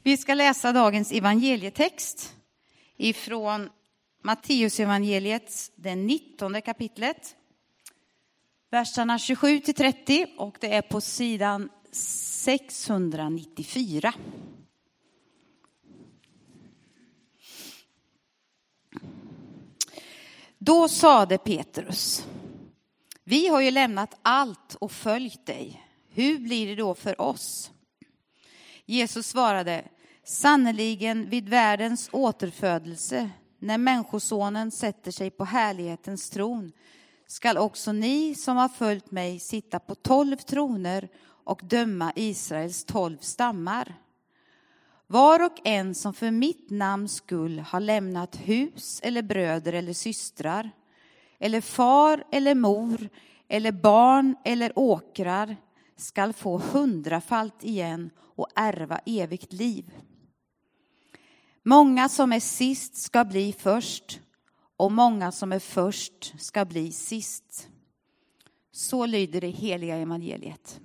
Vi ska läsa dagens evangelietext ifrån Matteus evangeliets, det 19 kapitlet. Verserna 27-30 och det är på sidan 694. Då sade Petrus: vi har ju lämnat allt och följt dig. Hur blir det då för oss? Jesus svarade: sannoliken vid världens återfödelse, när människosonen sätter sig på härlighetens tron, skall också ni som har följt mig sitta på 12 troner och döma Israels 12 stammar. Var och en som för mitt namns skull har lämnat hus eller bröder eller systrar, eller far eller mor, eller barn eller åkrar, skall få 100-falt igen och ärva evigt liv. Många som är sist ska bli först, och många som är först ska bli sist. Så lyder det heliga evangeliet.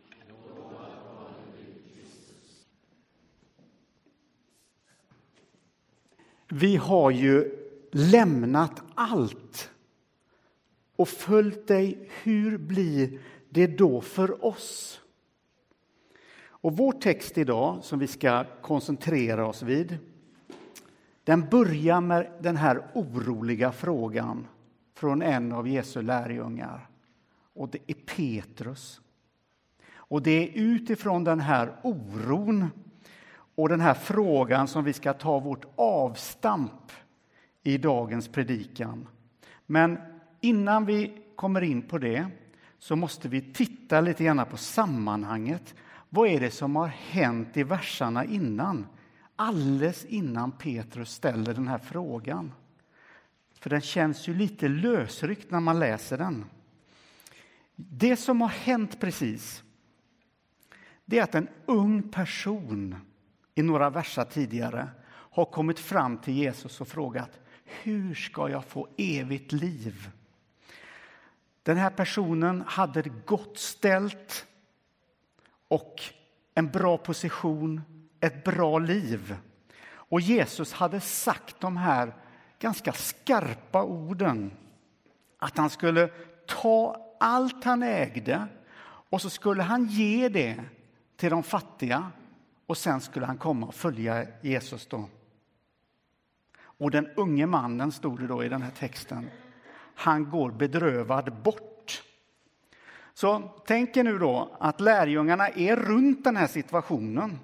Vi har ju lämnat allt och följt dig. Hur blir det då för oss? Och vår text idag som vi ska koncentrera oss vid, den börjar med den här oroliga frågan från en av Jesu lärjungar. Och det är Petrus. Och det är utifrån den här oron och den här frågan som vi ska ta vårt avstamp i dagens predikan. Men innan vi kommer in på det så måste vi titta lite grann på sammanhanget. Vad är det som har hänt i verserna innan? Alldeles innan Petrus ställer den här frågan. För den känns ju lite lösryckt när man läser den. Det som har hänt precis, det är att en ung person i några verser tidigare har kommit fram till Jesus och frågat: hur ska jag få evigt liv? Den här personen hade det gott ställt och en bra position, ett bra liv. Och Jesus hade sagt de här ganska skarpa orden. Att han skulle ta allt han ägde och så skulle han ge det till de fattiga. Och sen skulle han komma och följa Jesus då. Och den unge mannen, stod det då i den här texten, han går bedrövad bort. Så tänk er nu då att lärjungarna är runt den här situationen.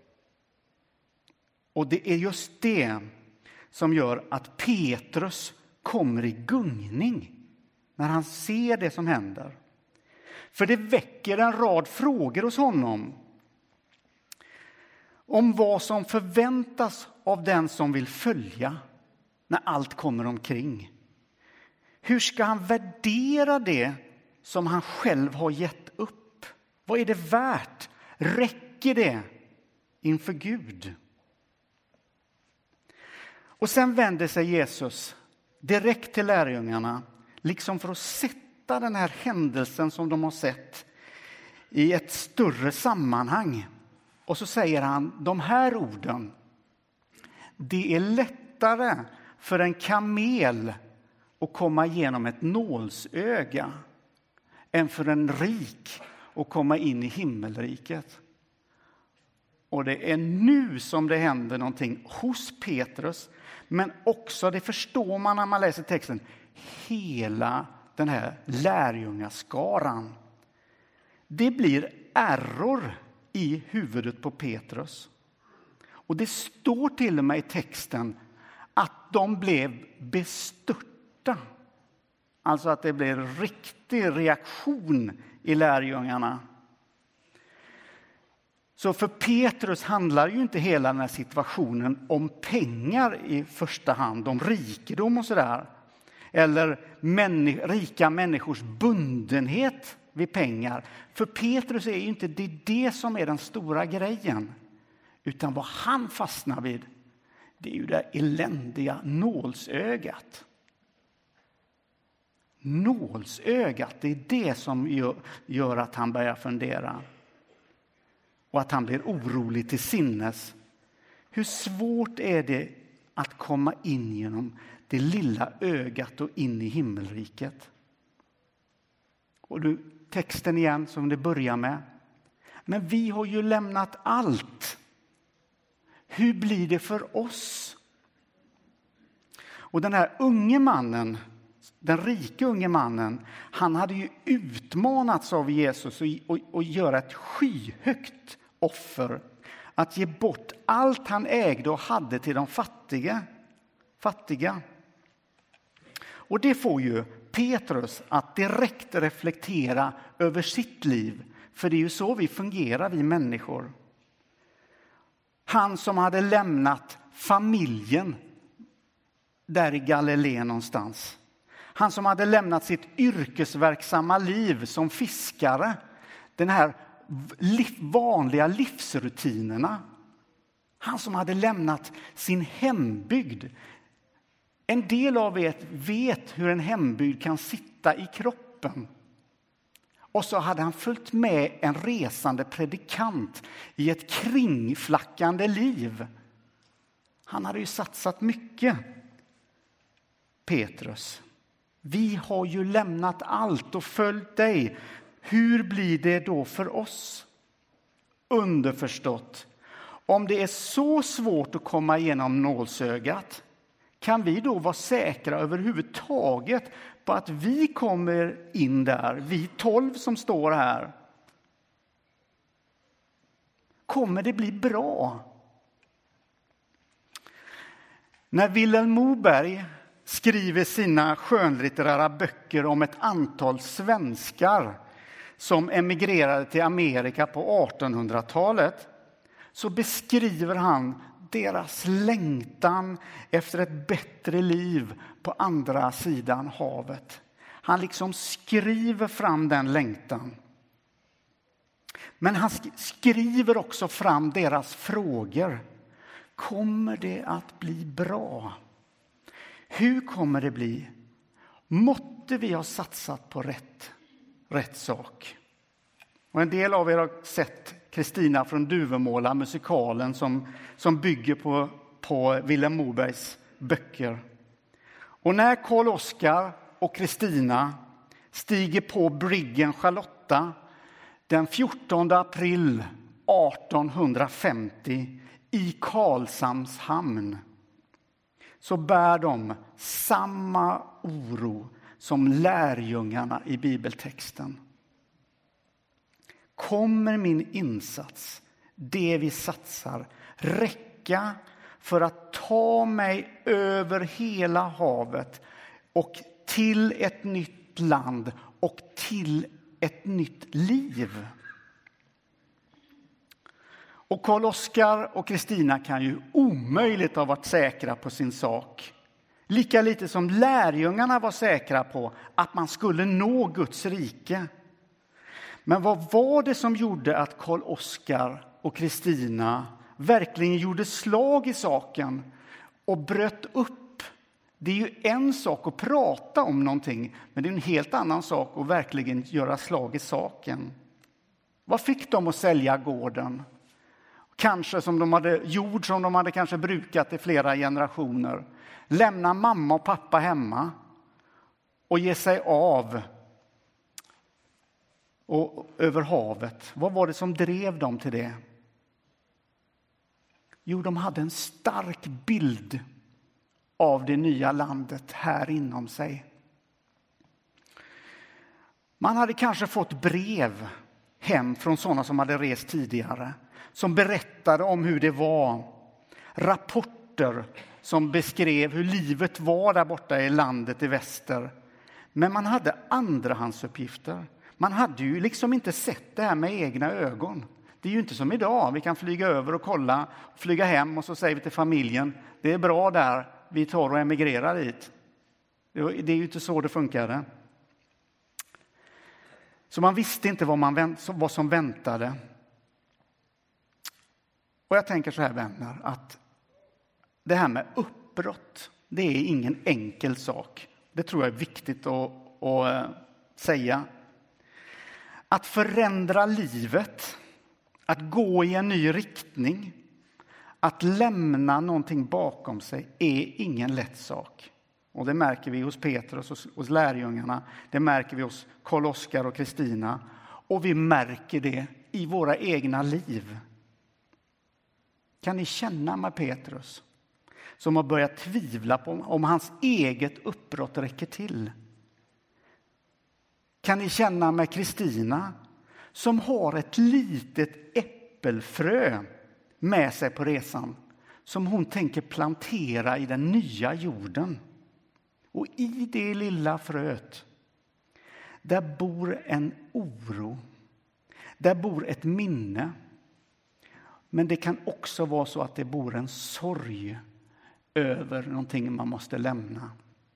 Och det är just det som gör att Petrus kommer i gungning när han ser det som händer. För det väcker en rad frågor hos honom om vad som förväntas av den som vill följa när allt kommer omkring. Hur ska han värdera det som han själv har gett upp? Vad är det värt? Räcker det inför Gud? Och sen vänder sig Jesus direkt till lärjungarna, liksom för att sätta den här händelsen som de har sett i ett större sammanhang. Och så säger han de här orden: det är lättare för en kamel att komma igenom ett nålsöga än för en rik att komma in i himmelriket. Och det är nu som det händer någonting hos Petrus, men också, det förstår man när man läser texten, hela den här lärjungaskaran. Det blir error i huvudet på Petrus. Och det står till och med i texten att de blev bestörta. Alltså att det blev riktig reaktion i lärjungarna. Så för Petrus handlar ju inte hela den här situationen om pengar i första hand, om rikedom och sådär. Eller rika människors bundenhet vid pengar. För Petrus är ju inte det som är den stora grejen. Utan vad han fastnar vid, det är ju det eländiga nålsögat. Nålsögat, det är det som gör att han börjar fundera. Och att han blir orolig till sinnes Hur svårt är det att komma in genom det lilla ögat och in i himmelriket? Och texten igen som det börjar med. Men vi har ju lämnat allt. Hur blir det för oss? Och den här unge mannen, den rika unge mannen, han hade ju utmanats av Jesus och göra ett skyhögt offer. Att ge bort allt han ägde och hade till de fattiga. Och det får ju Petrus att direkt reflektera över sitt liv. För det är ju så vi fungerar, vi människor. Han som hade lämnat familjen där i Galileen någonstans. Han som hade lämnat sitt yrkesverksamma liv som fiskare. Den här vanliga livsrutinerna. Han som hade lämnat sin hembygd. En del av er vet hur en hembygd kan sitta i kroppen. Och så hade han följt med en resande predikant i ett kringflackande liv. Han hade ju satsat mycket. Petrus, vi har ju lämnat allt och följt dig. Hur blir det då för oss? Underförstått, om det är så svårt att komma igenom nålsögat, kan vi då vara säkra överhuvudtaget på att vi kommer in där, vi 12 som står här? Kommer det bli bra? När Vilhelm Moberg skriver sina skönlitterära böcker om ett antal svenskar som emigrerade till Amerika på 1800-talet, så beskriver han deras längtan efter ett bättre liv på andra sidan havet. Han liksom skriver fram den längtan. Men han skriver också fram deras frågor. Kommer det att bli bra? Hur kommer det bli? Måtte vi ha satsat på rätt sak? Och en del av er har sett Kristina från Duvemåla, musikalen som bygger på Vilhelm Mobergs böcker. Och när Karl Oskar och Kristina stiger på briggen Charlotta den 14 april 1850 i Karlshamns hamn, så bär de samma oro som lärjungarna i bibeltexten. Kommer min insats, det vi satsar, räcka för att ta mig över hela havet och till ett nytt land och till ett nytt liv? Och Karl Oskar och Kristina kan ju omöjligt ha varit säkra på sin sak. Lika lite som lärjungarna var säkra på att man skulle nå Guds rike. Men vad var det som gjorde att Karl Oskar och Kristina verkligen gjorde slag i saken och bröt upp? Det är ju en sak att prata om någonting, men det är en helt annan sak att verkligen göra slag i saken. Vad fick de att sälja gården? Kanske som de hade kanske brukat i flera generationer. Lämna mamma och pappa hemma och ge sig av och över havet. Vad var det som drev dem till det? Jo, de hade en stark bild av det nya landet här inom sig. Man hade kanske fått brev hem från sådana som hade rest tidigare, som berättade om hur det var. Rapporter som beskrev hur livet var där borta i landet i väster. Men man hade andrahandsuppgifter. Man hade ju liksom inte sett det här med egna ögon. Det är ju inte som idag. Vi kan flyga över och kolla, flyga hem och så säger vi till familjen: det är bra där, vi tar och emigrerar dit. Det är ju inte så det funkade. Så man visste inte vad som väntade. Och jag tänker så här, vänner, att det här med uppbrott, det är ingen enkel sak. Det tror jag är viktigt att säga. Att förändra livet, att gå i en ny riktning, Att lämna någonting bakom sig är ingen lätt sak. Och det märker vi hos Petrus och hos lärjungarna. Det märker vi hos Karl-Oskar och Kristina. Och vi märker det i våra egna liv. Kan ni känna med Petrus som har börjat tvivla på om hans eget uppbrott räcker till? Kan ni känna med Kristina som har ett litet äppelfrö med sig på resan som hon tänker plantera i den nya jorden? Och i det lilla fröet, där bor en oro. Där bor ett minne. Men det kan också vara så att det bor en sorg över någonting man måste lämna.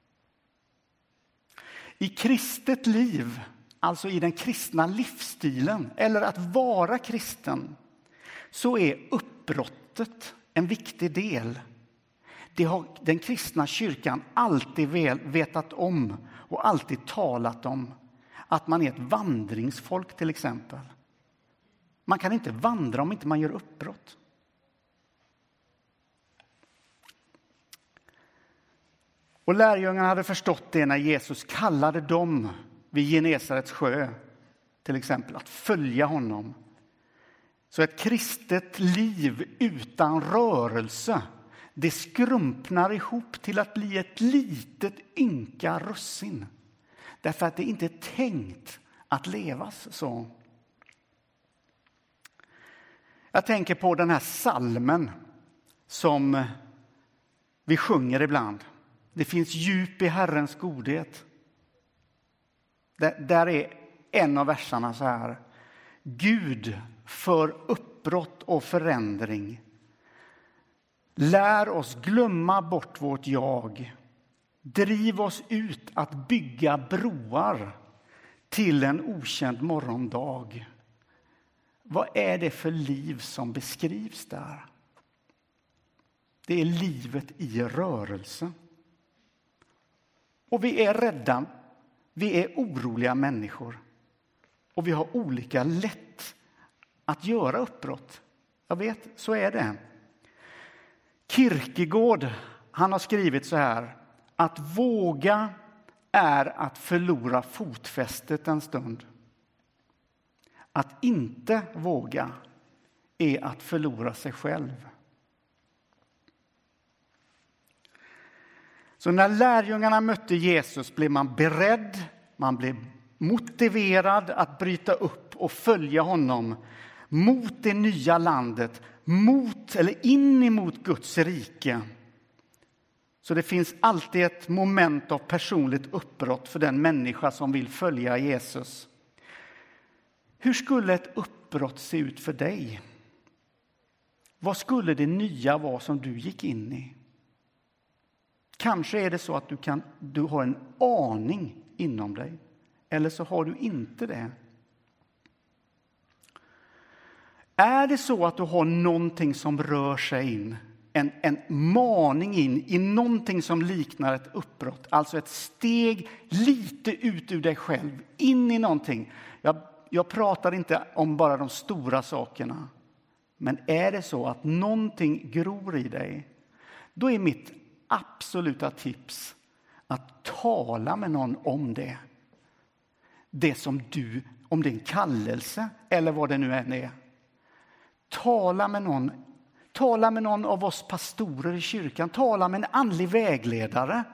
I kristet liv, alltså i den kristna livsstilen, eller att vara kristen, så är uppbrottet en viktig del. Det har den kristna kyrkan alltid vetat om och alltid talat om. Att man är ett vandringsfolk till exempel. Man kan inte vandra om inte man gör uppbrott. Och lärjungarna hade förstått det när Jesus kallade dem vid Genesarets sjö till exempel att följa honom. Så ett kristet liv utan rörelse, det skrumpnar ihop till att bli ett litet ynka russin. Därför att det inte är tänkt att levas så. Jag tänker på den här salmen som vi sjunger ibland. Det finns djup i Herrens godhet. Där är en av verserna så här. Gud för uppbrott och förändring. Lär oss glömma bort vårt jag. Driv oss ut att bygga broar till en okänd morgondag. Vad är det för liv som beskrivs där? Det är livet i rörelse. Och vi är rädda, vi är oroliga människor. Och vi har olika lätt att göra uppbrott. Jag vet, så är det. Kierkegaard, han har skrivit så här. Att våga är att förlora fotfästet en stund. Att inte våga är att förlora sig själv. Så när lärjungarna mötte Jesus blev man beredd, man blev motiverad att bryta upp och följa honom mot det nya landet, mot eller in emot Guds rike. Så det finns alltid ett moment av personligt uppbrott för den människa som vill följa Jesus. Hur skulle ett uppbrott se ut för dig? Vad skulle det nya vara som du gick in i? Kanske är det så att du har en aning inom dig. Eller så har du inte det. Är det så att du har någonting som rör sig in, en maning in i någonting som liknar ett uppbrott, alltså ett steg lite ut ur dig själv, in i någonting. Jag pratar inte om bara de stora sakerna, men är det så att någonting gror i dig, då är mitt absoluta tips att tala med någon om det. Det som om det är en kallelse eller vad det nu än är. Tala med någon av oss pastorer i kyrkan. Tala med en andlig vägledare.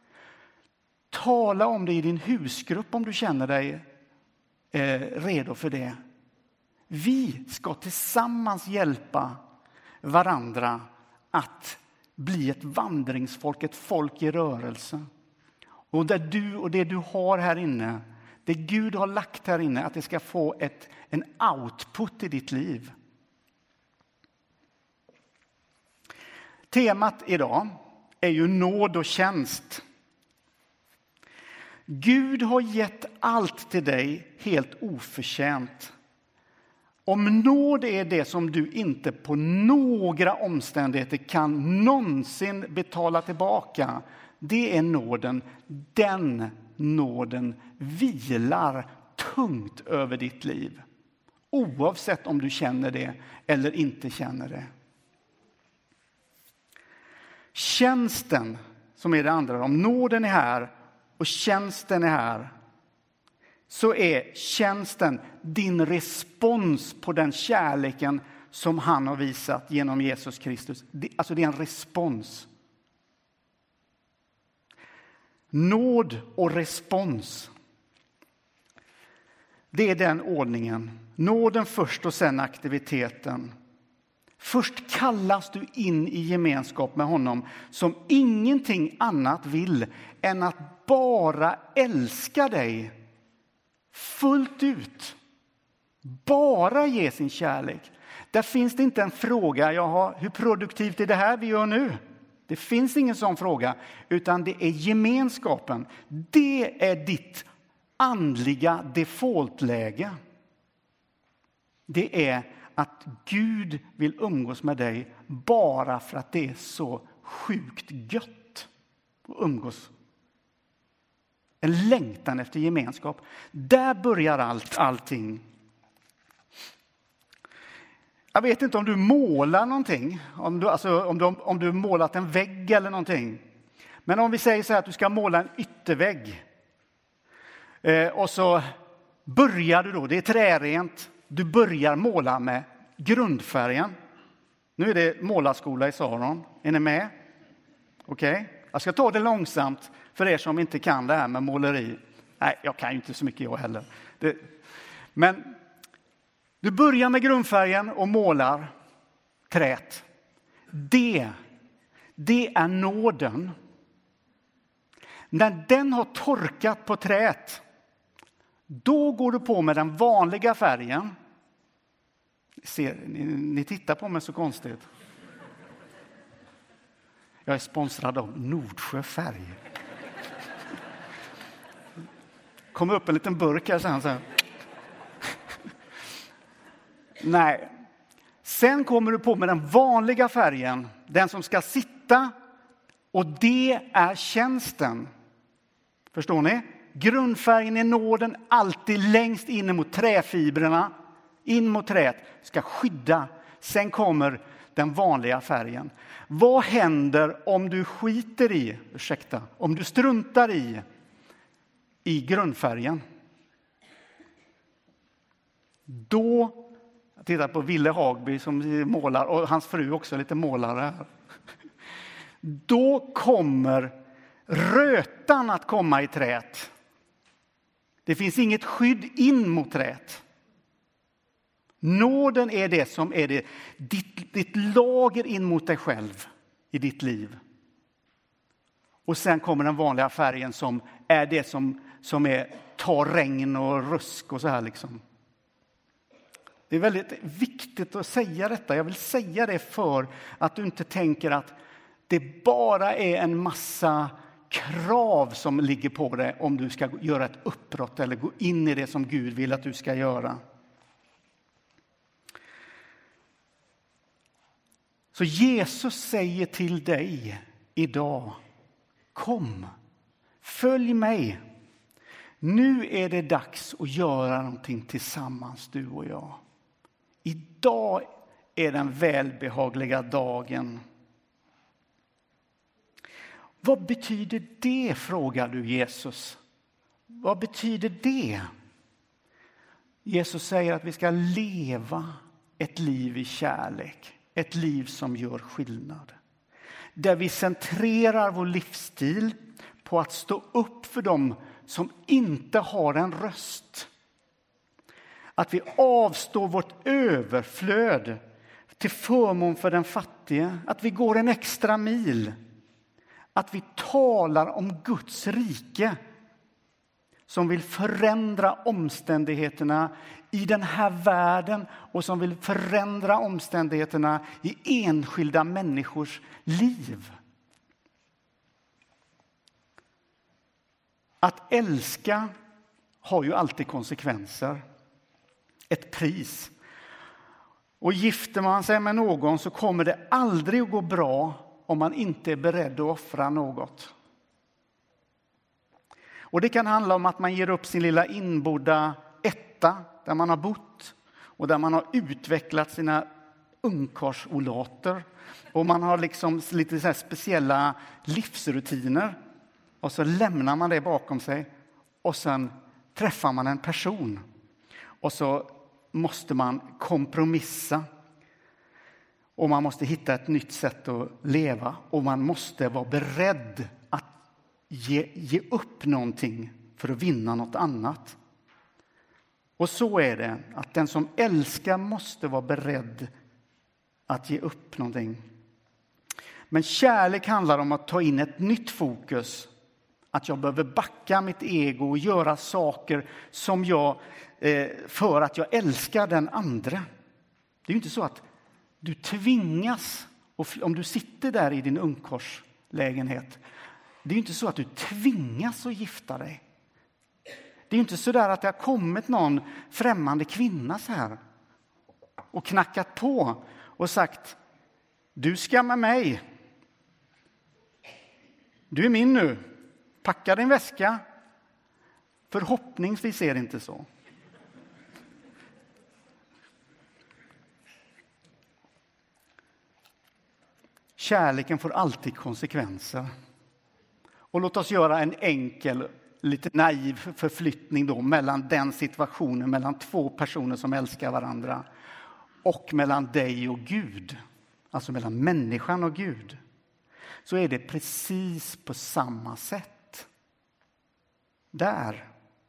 Tala om det i din husgrupp om du känner dig redo för det. Vi ska tillsammans hjälpa varandra att bli ett vandringsfolk, ett folk i rörelse. Och det du har här inne, det Gud har lagt här inne, att det ska få en output i ditt liv. Temat idag är ju nåd och tjänst. Gud har gett allt till dig helt oförtjänt. Om nåd är det som du inte på några omständigheter kan någonsin betala tillbaka, det är nåden. Den nåden vilar tungt över ditt liv. Oavsett om du känner det eller inte känner det. tjänsten som är det andra, om nåden är här och tjänsten är här, så är tjänsten din respons på den kärleken som han har visat genom Jesus Kristus. Alltså det är en respons. Nåd och respons. Det är den ordningen. Nåden först och sen aktiviteten. Först kallas du in i gemenskap med honom som ingenting annat vill än att bara älska dig fullt ut. Bara ge sin kärlek. Där finns det inte en fråga, jaha, hur produktivt är det här vi gör nu? Det finns ingen sån fråga, utan det är gemenskapen. Det är ditt andliga defaultläge. Det är att Gud vill umgås med dig bara för att det är så sjukt gött att umgås. En längtan efter gemenskap. Där börjar allting. Jag vet inte om du målar någonting. Om du målat en vägg eller någonting. Men om vi säger så här att du ska måla en yttervägg. Och så börjar du då, det är trärent. Du börjar måla med grundfärgen. Nu är det målarskola i Saron. Är ni med? Okej. Jag ska ta det långsamt för er som inte kan det här med måleri. Nej, jag kan ju inte så mycket jag heller. Men du börjar med grundfärgen och målar trät. Det är nåden. När den har torkat på trät, då går du på med den vanliga färgen. Ni tittar på mig så konstigt. Jag är sponsrad av Nordsjö färg. Kommer upp en liten burk här sen. Nej. Sen kommer du på med den vanliga färgen. Den som ska sitta. Och det är tjänsten. Förstår ni? Grundfärgen är nåden alltid längst in mot träfibrerna. In mot träet. Ska skydda. Sen kommer den vanliga färgen. Vad händer om du skiter i, om du struntar i grundfärgen? Då, jag tittar på Ville Hagby som målar och hans fru också lite målare här. Då kommer rötan att komma i trät. Det finns inget skydd in mot trät. Nåden är det som är det, ditt lager in mot dig själv i ditt liv. Och sen kommer den vanliga färgen som är det som är tar regn och rusk och så här liksom. Det är väldigt viktigt att säga detta. Jag vill säga det för att du inte tänker att det bara är en massa krav som ligger på dig om du ska göra ett uppbrott eller gå in i det som Gud vill att du ska göra. Så Jesus säger till dig idag, kom, följ mig. Nu är det dags att göra någonting tillsammans, du och jag. Idag är den välbehagliga dagen. Vad betyder det, frågar du Jesus. Vad betyder det? Jesus säger att vi ska leva ett liv i kärlek. Ett liv som gör skillnad. Där vi centrerar vår livsstil på att stå upp för dem som inte har en röst. Att vi avstår vårt överflöd till förmån för den fattige. Att vi går en extra mil. Att vi talar om Guds rike som vill förändra omständigheterna i den här världen och som vill förändra omständigheterna i enskilda människors liv. Att älska har ju alltid konsekvenser. Ett pris. Och gifter man sig med någon så kommer det aldrig att gå bra om man inte är beredd att offra något. Och det kan handla om att man ger upp sin lilla inbodda etta där man har bott och där man har utvecklat sina ungkarlsolater. Och man har liksom lite så här speciella livsrutiner. Och så lämnar man det bakom sig. Och sen träffar man en person. Och så måste man kompromissa. Och man måste hitta ett nytt sätt att leva. Och man måste vara beredd att ge upp någonting för att vinna något annat. Och så är det, att den som älskar måste vara beredd att ge upp någonting. Men kärlek handlar om att ta in ett nytt fokus. Att jag behöver backa mitt ego och göra saker som jag, för att jag älskar den andra. Det är ju inte så att du tvingas, och om du sitter där i din ungkarlslägenhet, det är ju inte så att du tvingas att gifta dig. Det är ju inte så där att det har kommit någon främmande kvinna så här och knackat på och sagt: du ska med mig. Du är min nu. Packa din väska. Förhoppningsvis är det inte så. Kärleken får alltid konsekvenser. Och låt oss göra en enkel, lite naiv förflyttning då mellan den situationen, mellan två personer som älskar varandra, och mellan dig och Gud. Alltså mellan människan och Gud. Så är det precis på samma sätt. Där.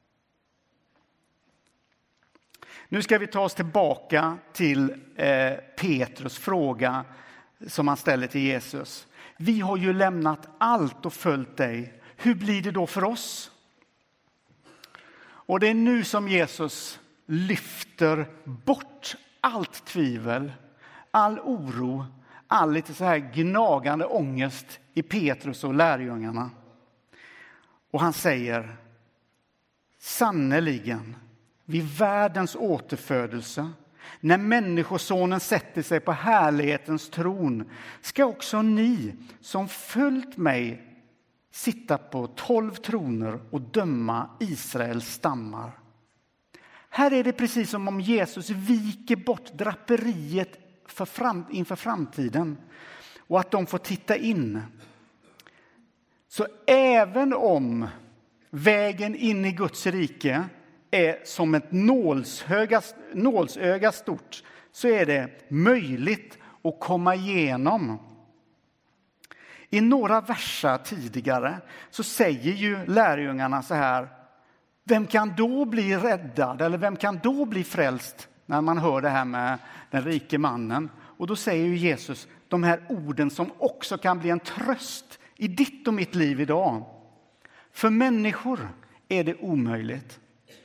Nu ska vi ta oss tillbaka till Petrus fråga som han ställer till Jesus. Vi har ju lämnat allt och följt dig. Hur blir det då för oss? Och det är nu som Jesus lyfter bort allt tvivel, all oro, all lite så här gnagande ångest i Petrus och lärjungarna. Och han säger: sannoliken vid världens återfödelse, när människosonen sätter sig på härlighetens tron, ska också ni som följt mig sitta på 12 troner och döma Israels stammar. Här är det precis som om Jesus viker bort draperiet inför framtiden och att de får titta in. Så även om vägen in i Guds rike är som ett nålsöga stort, så är det möjligt att komma igenom. I några verser tidigare så säger ju lärjungarna så här: vem kan då bli räddad, eller vem kan då bli frälst, när man hör det här med den rike mannen? Och då säger ju Jesus de här orden som också kan bli en tröst i ditt och mitt liv idag. För människor är det omöjligt.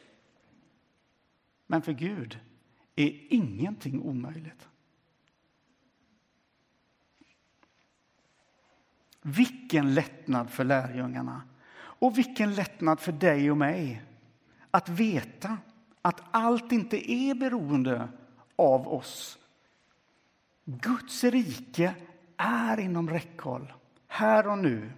Men för Gud är ingenting omöjligt. Vilken lättnad för lärjungarna. Och vilken lättnad för dig och mig. Att veta att allt inte är beroende av oss. Guds rike är inom räckhåll. Här och nu.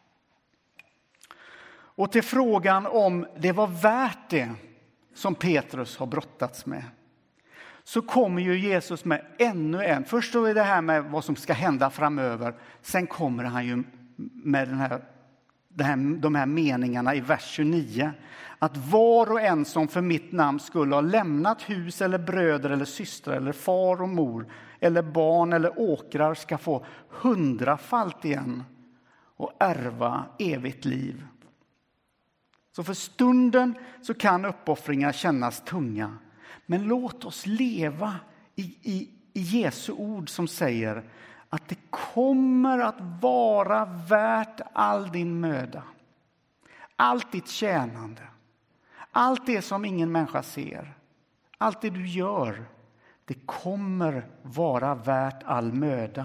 Och till frågan om det var värt det som Petrus har brottats med, så kommer ju Jesus med ännu en. Först då är det här med vad som ska hända framöver. Sen kommer han ju med de här meningarna i vers 29. Att var och en som för mitt namn skulle ha lämnat hus eller bröder eller systrar eller far och mor eller barn eller åkrar ska få 100-falt igen och ärva evigt liv. Så för stunden så kan uppoffringar kännas tunga. Men låt oss leva i Jesu ord som säger att det kommer att vara värt all din möda. Allt ditt tjänande. Allt det som ingen människa ser. Allt det du gör. Det kommer vara värt all möda.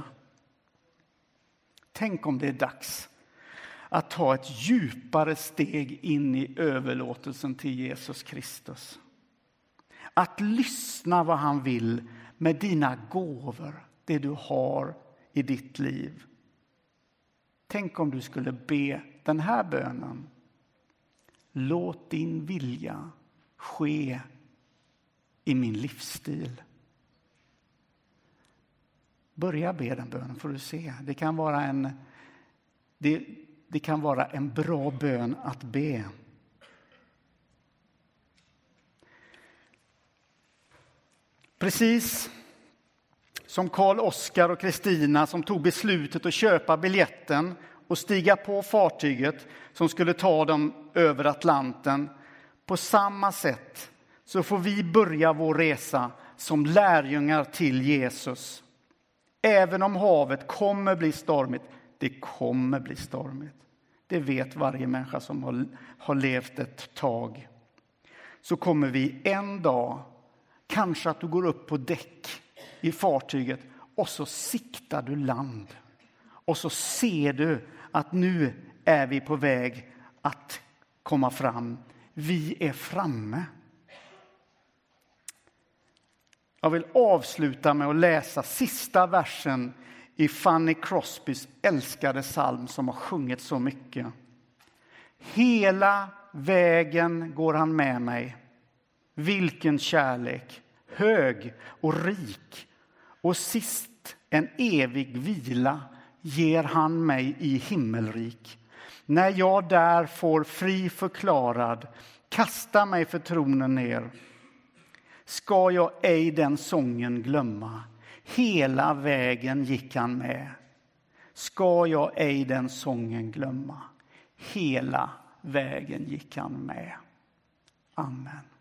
Tänk om det är dags att ta ett djupare steg in i överlåtelsen till Jesus Kristus. Att lyssna vad han vill med dina gåvor, det du har i ditt liv. Tänk om du skulle be den här bönen. Låt din vilja ske i min livsstil. Börja be den bönen får du se. Det kan vara en bra bön att be. Precis som Karl Oskar och Kristina som tog beslutet att köpa biljetten och stiga på fartyget som skulle ta dem över Atlanten. På samma sätt så får vi börja vår resa som lärjungar till Jesus. Även om havet kommer bli stormigt, det kommer bli stormigt. Det vet varje människa som har levt ett tag. Så kommer vi en dag, kanske att du går upp på däck i fartyget och så siktar du land. Och så ser du att nu är vi på väg att komma fram. Vi är framme. Jag vill avsluta med att läsa sista versen i Fanny Crosbys älskade psalm som har sjungit så mycket. Hela vägen går han med mig. Vilken kärlek, hög och rik. Och sist en evig vila ger han mig i himmelrik. När jag där får fri förklarad, kasta mig för tronen ner. Ska jag ej den sången glömma, hela vägen gick han med. Ska jag ej den sången glömma, hela vägen gick han med. Amen.